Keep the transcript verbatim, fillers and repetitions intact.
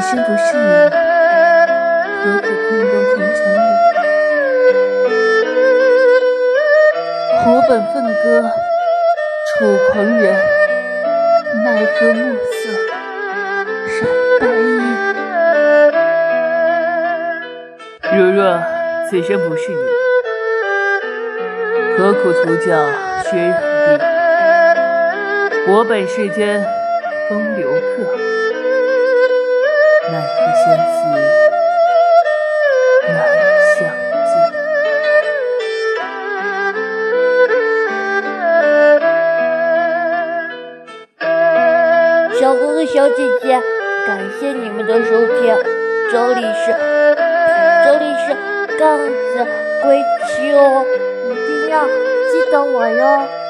身不是你，何苦空洞红尘里？我本愤歌，楚狂人，奈何暮色染白衣。如若此生不是你，何苦图教薛染地？我本世间风流客，奈何相思难相见。 小哥哥小姐姐，感谢你们的收听，这里是这里是杠子归期哦，一定要记得我哟。